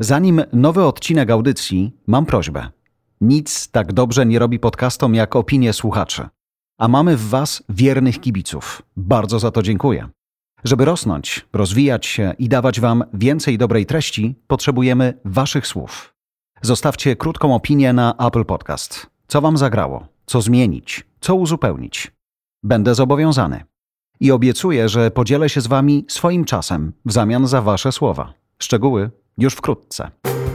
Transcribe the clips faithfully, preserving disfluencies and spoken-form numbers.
Zanim nowy odcinek audycji, mam prośbę. Nic tak dobrze nie robi podcastom jak opinie słuchaczy. A mamy w Was wiernych kibiców. Bardzo za to dziękuję. Żeby rosnąć, rozwijać się i dawać Wam więcej dobrej treści, potrzebujemy Waszych słów. Zostawcie krótką opinię na Apple Podcast. Co Wam zagrało? Co zmienić? Co uzupełnić? Będę zobowiązany. I obiecuję, że podzielę się z Wami swoim czasem w zamian za Wasze słowa. Szczegóły już wkrótce.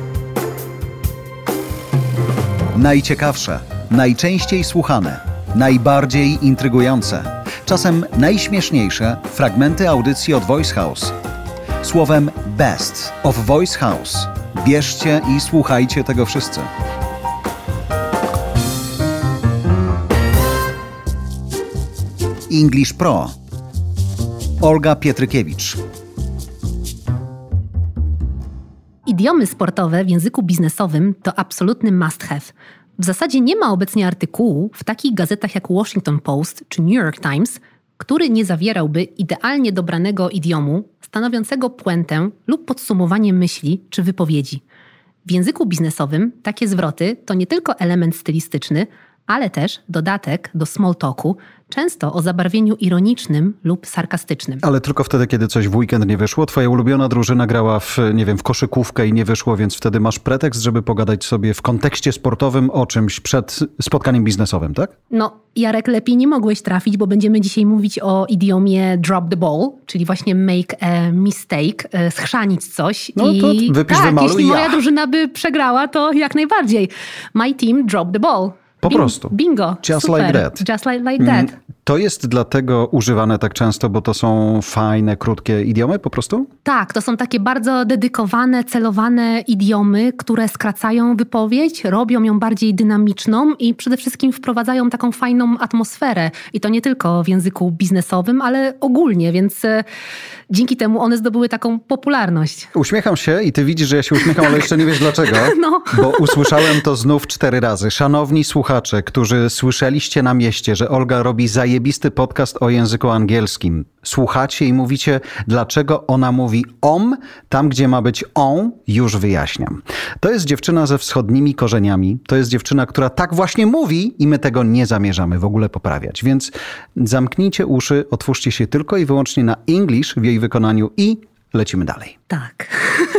Najciekawsze, najczęściej słuchane, najbardziej intrygujące, czasem najśmieszniejsze fragmenty audycji od Voice House. Słowem Best of Voice House. Bierzcie i słuchajcie tego wszyscy. English Pro. Olga Pietrykiewicz. Idiomy sportowe w języku biznesowym to absolutny must have. W zasadzie nie ma obecnie artykułu w takich gazetach jak Washington Post czy New York Times, który nie zawierałby idealnie dobranego idiomu, stanowiącego puentę lub podsumowanie myśli czy wypowiedzi. W języku biznesowym takie zwroty to nie tylko element stylistyczny, ale też dodatek do small talku, często o zabarwieniu ironicznym lub sarkastycznym. Ale tylko wtedy, kiedy coś w weekend nie wyszło? Twoja ulubiona drużyna grała w, nie wiem, w koszykówkę i nie wyszło, więc wtedy masz pretekst, żeby pogadać sobie w kontekście sportowym o czymś przed spotkaniem biznesowym, tak? No, Jarek, lepiej nie mogłeś trafić, bo będziemy dzisiaj mówić o idiomie drop the ball, czyli właśnie make a mistake, schrzanić coś. No to i wypisz, tak, wymaluj jeśli ja. moja drużyna by przegrała, to jak najbardziej. My team drop the ball. Po Bing, prostu. Bingo. Just Super. like that. Just like, like that. To jest dlatego używane tak często, bo to są fajne, krótkie idiomy po prostu? Tak, to są takie bardzo dedykowane, celowane idiomy, które skracają wypowiedź, robią ją bardziej dynamiczną i przede wszystkim wprowadzają taką fajną atmosferę. I to nie tylko w języku biznesowym, ale ogólnie, więc e, dzięki temu one zdobyły taką popularność. Uśmiecham się i ty widzisz, że ja się uśmiecham, ale jeszcze nie wiesz dlaczego. No. Bo usłyszałem to znów cztery razy. Szanowni słuchacze, którzy słyszeliście na mieście, że Olga robi zajebisty podcast o języku angielskim. Słuchacie i mówicie, dlaczego ona mówi om, tam gdzie ma być on, już wyjaśniam. To jest dziewczyna ze wschodnimi korzeniami. To jest dziewczyna, która tak właśnie mówi i my tego nie zamierzamy w ogóle poprawiać. Więc zamknijcie uszy, otwórzcie się tylko i wyłącznie na English w jej wykonaniu i lecimy dalej. Tak.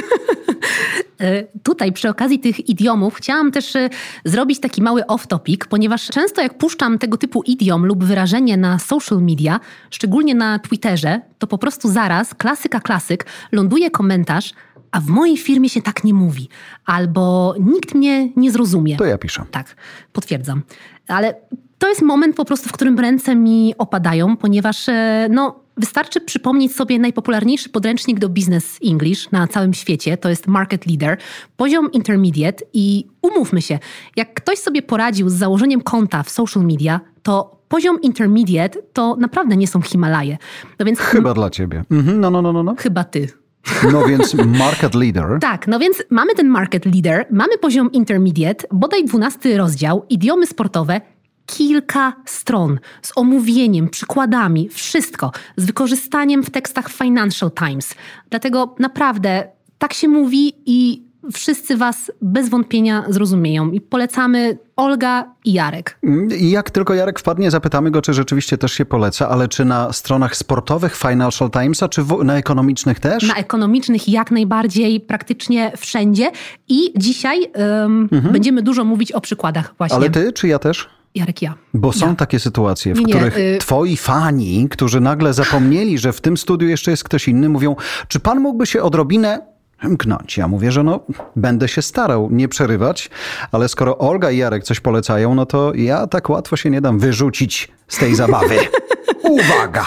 Tutaj przy okazji tych idiomów chciałam też zrobić taki mały off-topic, ponieważ często jak puszczam tego typu idiom lub wyrażenie na social media, szczególnie na Twitterze, to po prostu zaraz, klasyka klasyk, ląduje komentarz, a w mojej firmie się tak nie mówi, albo nikt mnie nie zrozumie. To ja piszę. Tak, potwierdzam. Ale to jest moment po prostu, w którym ręce mi opadają, ponieważ no, wystarczy przypomnieć sobie najpopularniejszy podręcznik do Business English na całym świecie, to jest Market Leader, poziom Intermediate i umówmy się, jak ktoś sobie poradził z założeniem konta w social media, to poziom Intermediate to naprawdę nie są Himalaje. No więc Chyba dla ciebie. Mhm, no, no, no, no, no. Chyba ty. No więc Market Leader. Tak, no więc mamy ten Market Leader, mamy poziom Intermediate, bodaj dwunasty rozdział, idiomy sportowe, kilka stron z omówieniem, przykładami, wszystko z wykorzystaniem w tekstach Financial Times. Dlatego naprawdę tak się mówi i wszyscy was bez wątpienia zrozumieją. I polecamy Olga i Jarek. I jak tylko Jarek wpadnie, zapytamy go, czy rzeczywiście też się poleca, ale czy na stronach sportowych Financial Timesa, czy w, na ekonomicznych też? Na ekonomicznych jak najbardziej, praktycznie wszędzie. I dzisiaj um, mhm. będziemy dużo mówić o przykładach właśnie. Ale ty, czy ja też? Jarek, ja. Bo są ja. takie sytuacje, w nie, nie, których y... twoi fani, którzy nagle zapomnieli, że w tym studiu jeszcze jest ktoś inny, mówią, czy pan mógłby się odrobinę mknąć? Ja mówię, że no, będę się starał nie przerywać, ale skoro Olga i Jarek coś polecają, no to ja tak łatwo się nie dam wyrzucić z tej zabawy. Uwaga!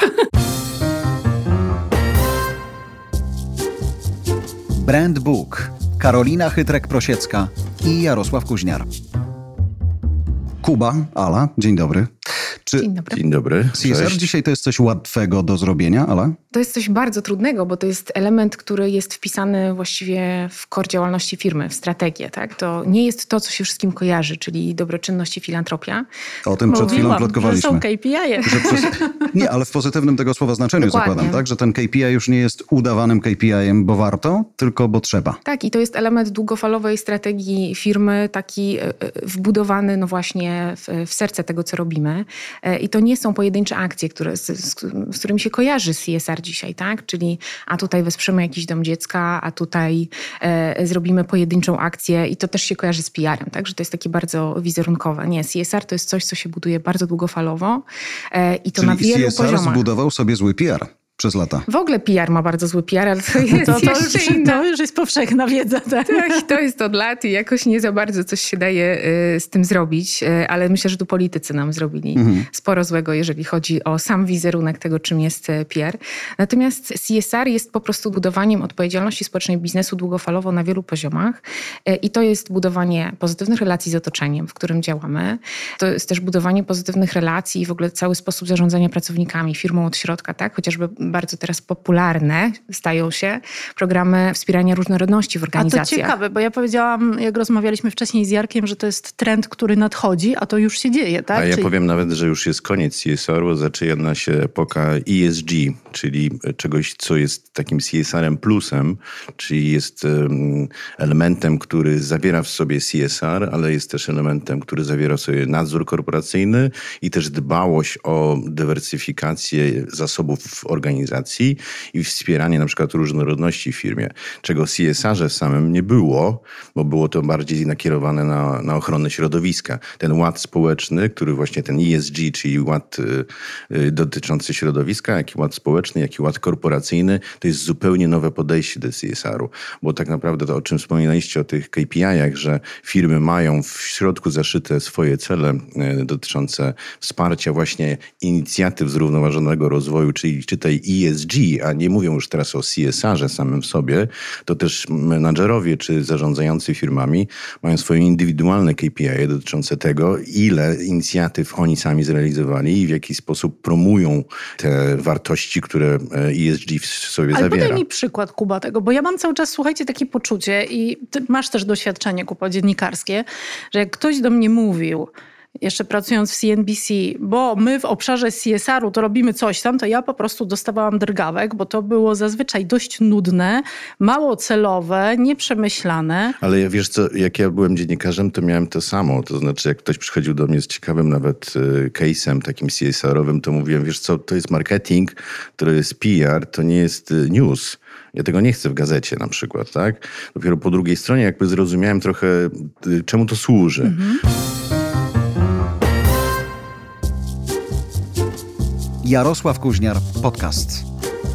Brand Book. Karolina Chytrek-Prosiecka i Jarosław Kuźniar. Kuba, Ala, dzień dobry. Czy... Dzień dobry. Dzień dobry. C S R Cześć. dzisiaj to jest coś łatwego do zrobienia, ale... To jest coś bardzo trudnego, bo to jest element, który jest wpisany właściwie w core działalności firmy, w strategię. Tak? To nie jest to, co się wszystkim kojarzy, czyli dobroczynność i filantropia. O tym przed chwilą plotkowaliśmy. że są K P I. Że przez... Nie, ale w pozytywnym tego słowa znaczeniu Dokładnie. zakładam, tak? Że ten K P I już nie jest udawanym K P I-em, bo warto, tylko bo trzeba. Tak, i to jest element długofalowej strategii firmy, taki wbudowany no właśnie w, w serce tego, co robimy. I to nie są pojedyncze akcje, które, z, z, z którymi się kojarzy C S R dzisiaj, tak? Czyli a tutaj wesprzemy jakiś dom dziecka, a tutaj e, zrobimy pojedynczą akcję i to też się kojarzy z P R-em, tak? Że to jest takie bardzo wizerunkowe. Nie, C S R to jest coś, co się buduje bardzo długofalowo e, i to Czyli na wielu C S R poziomach. zbudował sobie zły P R przez lata. W ogóle P R ma bardzo zły P R, ale to jest To, to, jeszcze już, inna. to już jest powszechna wiedza. Tak? Tak, to jest od lat i jakoś nie za bardzo coś się daje y, z tym zrobić, y, ale myślę, że tu politycy nam zrobili mhm. sporo złego, jeżeli chodzi o sam wizerunek tego, czym jest P R. Natomiast C S R jest po prostu budowaniem odpowiedzialności społecznej biznesu długofalowo na wielu poziomach y, i to jest budowanie pozytywnych relacji z otoczeniem, w którym działamy. To jest też budowanie pozytywnych relacji i w ogóle cały sposób zarządzania pracownikami, firmą od środka, tak? Chociażby bardzo teraz popularne stają się programy wspierania różnorodności w organizacjach. A to ciekawe, bo ja powiedziałam, jak rozmawialiśmy wcześniej z Jarkiem, że to jest trend, który nadchodzi, a to już się dzieje, tak? A ja Czyli... powiem powiem nawet, że już jest koniec C S R, bo zaczyna się epoka E S G, czyli czegoś, co jest takim C S R-em plusem, czyli jest um, elementem, który zawiera w sobie C S R, ale jest też elementem, który zawiera w sobie nadzór korporacyjny i też dbałość o dywersyfikację zasobów w organizacji i wspieranie na przykład różnorodności w firmie, czego w C S R-ze samym nie było, bo było to bardziej nakierowane na, na ochronę środowiska. Ten ład społeczny, który właśnie ten E S G, czyli ład y, y, dotyczący środowiska, jak i ład społeczny, jak i ład korporacyjny, to jest zupełnie nowe podejście do C S R-u, bo tak naprawdę to, o czym wspominaliście, o tych K P I-ach, że firmy mają w środku zaszyte swoje cele y, dotyczące wsparcia właśnie inicjatyw zrównoważonego rozwoju, czyli czytaj E S G, a nie mówią już teraz o C S R-ze samym w sobie, to też menadżerowie czy zarządzający firmami mają swoje indywidualne K P I dotyczące tego, ile inicjatyw oni sami zrealizowali i w jaki sposób promują te wartości, które E S G w sobie Ale zawiera. podaj mi przykład, Kuba, tego, bo ja mam cały czas, słuchajcie, takie poczucie i ty masz też doświadczenie, Kuba, dziennikarskie, że jak ktoś do mnie mówił, jeszcze pracując w C N B C, bo my w obszarze C S R-u to robimy coś tam, to ja po prostu dostawałam drgawek, bo to było zazwyczaj dość nudne, mało celowe, nieprzemyślane. Ale ja wiesz co, jak ja byłem dziennikarzem, to miałem to samo. To znaczy, jak ktoś przychodził do mnie z ciekawym nawet case'em takim C S R-owym, to mówiłem, wiesz co, to jest marketing, to jest P R, to nie jest news. Ja tego nie chcę w gazecie na przykład, tak? Dopiero po drugiej stronie jakby zrozumiałem trochę, czemu to służy. Mhm. Jarosław Kuźniar, podcast.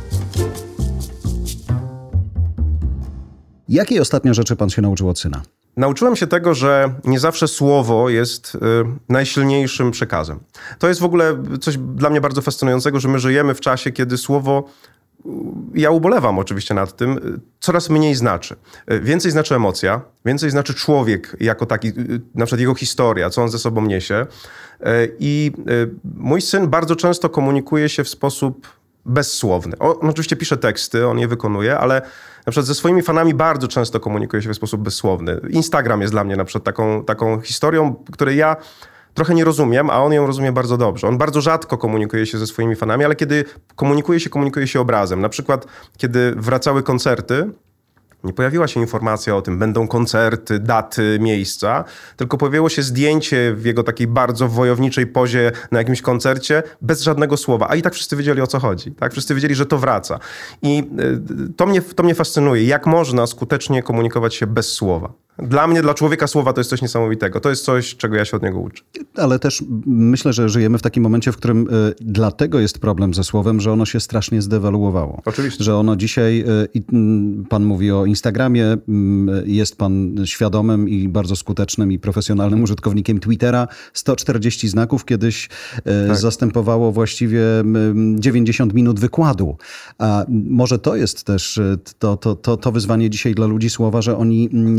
Jakiej ostatnio rzeczy pan się nauczył od syna? Nauczyłem się tego, że nie zawsze słowo jest y, najsilniejszym przekazem. To jest w ogóle coś dla mnie bardzo fascynującego, że my żyjemy w czasie, kiedy słowo, ja ubolewam oczywiście nad tym, coraz mniej znaczy. Więcej znaczy emocja, więcej znaczy człowiek jako taki, na przykład jego historia, co on ze sobą niesie. I mój syn bardzo często komunikuje się w sposób bezsłowny. On oczywiście pisze teksty, on je wykonuje, ale na przykład ze swoimi fanami bardzo często komunikuje się w sposób bezsłowny. Instagram jest dla mnie na przykład taką, taką historią, której ja trochę nie rozumiem, a on ją rozumie bardzo dobrze. On bardzo rzadko komunikuje się ze swoimi fanami, ale kiedy komunikuje się, komunikuje się obrazem. Na przykład, kiedy wracały koncerty, nie pojawiła się informacja o tym, będą koncerty, daty, miejsca, tylko pojawiło się zdjęcie w jego takiej bardzo wojowniczej pozie na jakimś koncercie, bez żadnego słowa. A i tak wszyscy wiedzieli, o co chodzi. Tak? Wszyscy wiedzieli, że to wraca. I to mnie, to mnie fascynuje. Jak można skutecznie komunikować się bez słowa? Dla mnie, dla człowieka słowa to jest coś niesamowitego. To jest coś, czego ja się od niego uczę. Ale też myślę, że żyjemy w takim momencie, w którym y, dlatego jest problem ze słowem, że ono się strasznie zdewaluowało. Oczywiście. Że ono dzisiaj, y, y, pan mówi o Instagramie, y, jest pan świadomym i bardzo skutecznym i profesjonalnym użytkownikiem Twittera. sto czterdzieści znaków kiedyś y, tak. zastępowało właściwie y, dziewięćdziesiąt minut wykładu. A może to jest też to, to, to, to wyzwanie dzisiaj dla ludzi słowa, że oni nie potrafią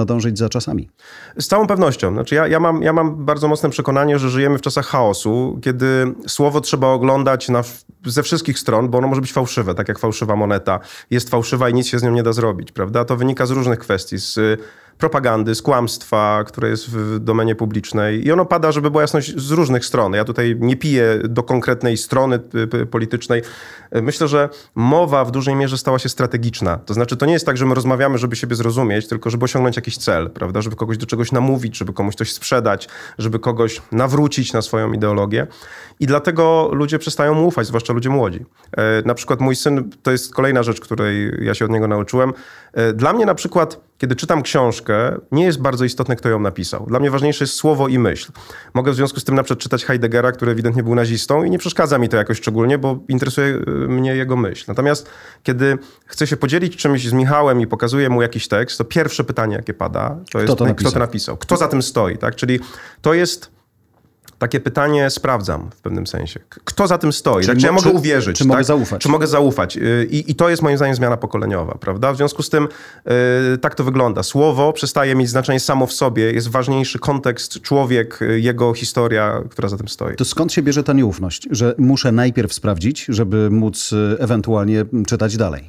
trudno dążyć za czasami. Z całą pewnością. Znaczy ja, ja, mam, ja mam bardzo mocne przekonanie, że żyjemy w czasach chaosu, kiedy słowo trzeba oglądać na, ze wszystkich stron, bo ono może być fałszywe, tak jak fałszywa moneta. Jest fałszywa i nic się z nią nie da zrobić, prawda? To wynika z różnych kwestii, z propagandy, z kłamstwa, które jest w domenie publicznej i ono pada, żeby była jasność, z różnych stron. Ja tutaj nie piję do konkretnej strony politycznej. Myślę, że mowa w dużej mierze stała się strategiczna. To znaczy, to nie jest tak, że my rozmawiamy, żeby siebie zrozumieć, tylko żeby osiągnąć jakiś cel, prawda? Żeby kogoś do czegoś namówić, żeby komuś coś sprzedać, żeby kogoś nawrócić na swoją ideologię. I dlatego ludzie przestają mu ufać, zwłaszcza ludzie młodzi. Na przykład mój syn, to jest kolejna rzecz, której ja się od niego nauczyłem. Dla mnie na przykład, kiedy czytam książkę, nie jest bardzo istotne, kto ją napisał. Dla mnie ważniejsze jest słowo i myśl. Mogę w związku z tym na przykład czytać Heideggera, który ewidentnie był nazistą i nie przeszkadza mi to jakoś szczególnie, bo interesuje mnie jego myśl. Natomiast kiedy chcę się podzielić czymś z Michałem i pokazuję mu jakiś tekst, to pierwsze pytanie, jakie pada, to jest, to kto to napisał? Kto za tym stoi? Tak? Czyli to jest takie pytanie sprawdzam w pewnym sensie. Kto za tym stoi? Tak? Czy ja mogę czy, uwierzyć? Czy tak? mogę zaufać? Czy mogę zaufać? I, I to jest moim zdaniem zmiana pokoleniowa, prawda? W związku z tym yy, tak to wygląda. Słowo przestaje mieć znaczenie samo w sobie. Jest ważniejszy kontekst, człowiek, jego historia, która za tym stoi. To skąd się bierze ta nieufność? Że muszę najpierw sprawdzić, żeby móc ewentualnie czytać dalej?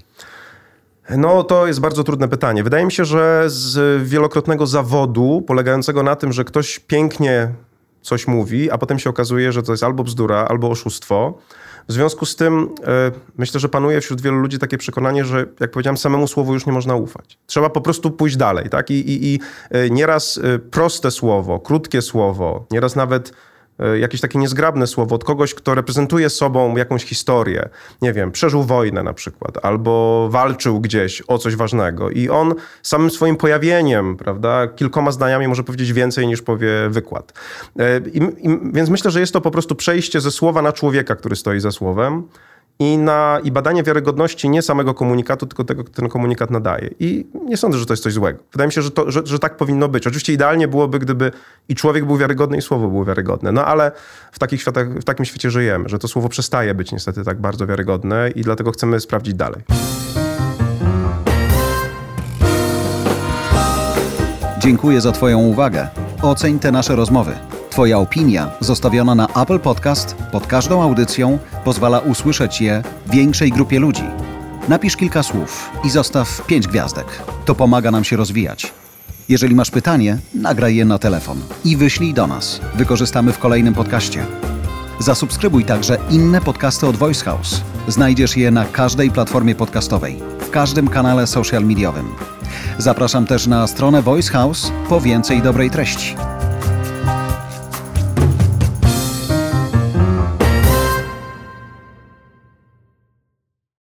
No, to jest bardzo trudne pytanie. Wydaje mi się, że z wielokrotnego zawodu polegającego na tym, że ktoś pięknie coś mówi, a potem się okazuje, że to jest albo bzdura, albo oszustwo. W związku z tym e, myślę, że panuje wśród wielu ludzi takie przekonanie, że jak powiedziałem, samemu słowu już nie można ufać. Trzeba po prostu pójść dalej, tak? I, i, i e, nieraz e, proste słowo, krótkie słowo, nieraz nawet jakieś takie niezgrabne słowo od kogoś, kto reprezentuje sobą jakąś historię, nie wiem, przeżył wojnę na przykład, albo walczył gdzieś o coś ważnego i on samym swoim pojawieniem, prawda, kilkoma zdaniami może powiedzieć więcej niż powie wykład. I, i, więc myślę, że jest to po prostu przejście ze słowa na człowieka, który stoi za słowem i, na, i badanie wiarygodności nie samego komunikatu, tylko tego, kto ten komunikat nadaje. I nie sądzę, że to jest coś złego. Wydaje mi się, że, to, że, że tak powinno być. Oczywiście idealnie byłoby, gdyby i człowiek był wiarygodny, i słowo było wiarygodne. No ale w, takich światach, w takim świecie żyjemy, że to słowo przestaje być niestety tak bardzo wiarygodne i dlatego chcemy sprawdzić dalej. Dziękuję za Twoją uwagę. Oceń te nasze rozmowy. Twoja opinia zostawiona na Apple Podcast pod każdą audycją pozwala usłyszeć je większej grupie ludzi. Napisz kilka słów i zostaw pięć gwiazdek. To pomaga nam się rozwijać. Jeżeli masz pytanie, nagraj je na telefon i wyślij do nas. Wykorzystamy w kolejnym podcaście. Zasubskrybuj także inne podcasty od Voice House. Znajdziesz je na każdej platformie podcastowej, w każdym kanale social mediowym. Zapraszam też na stronę Voice House po więcej dobrej treści.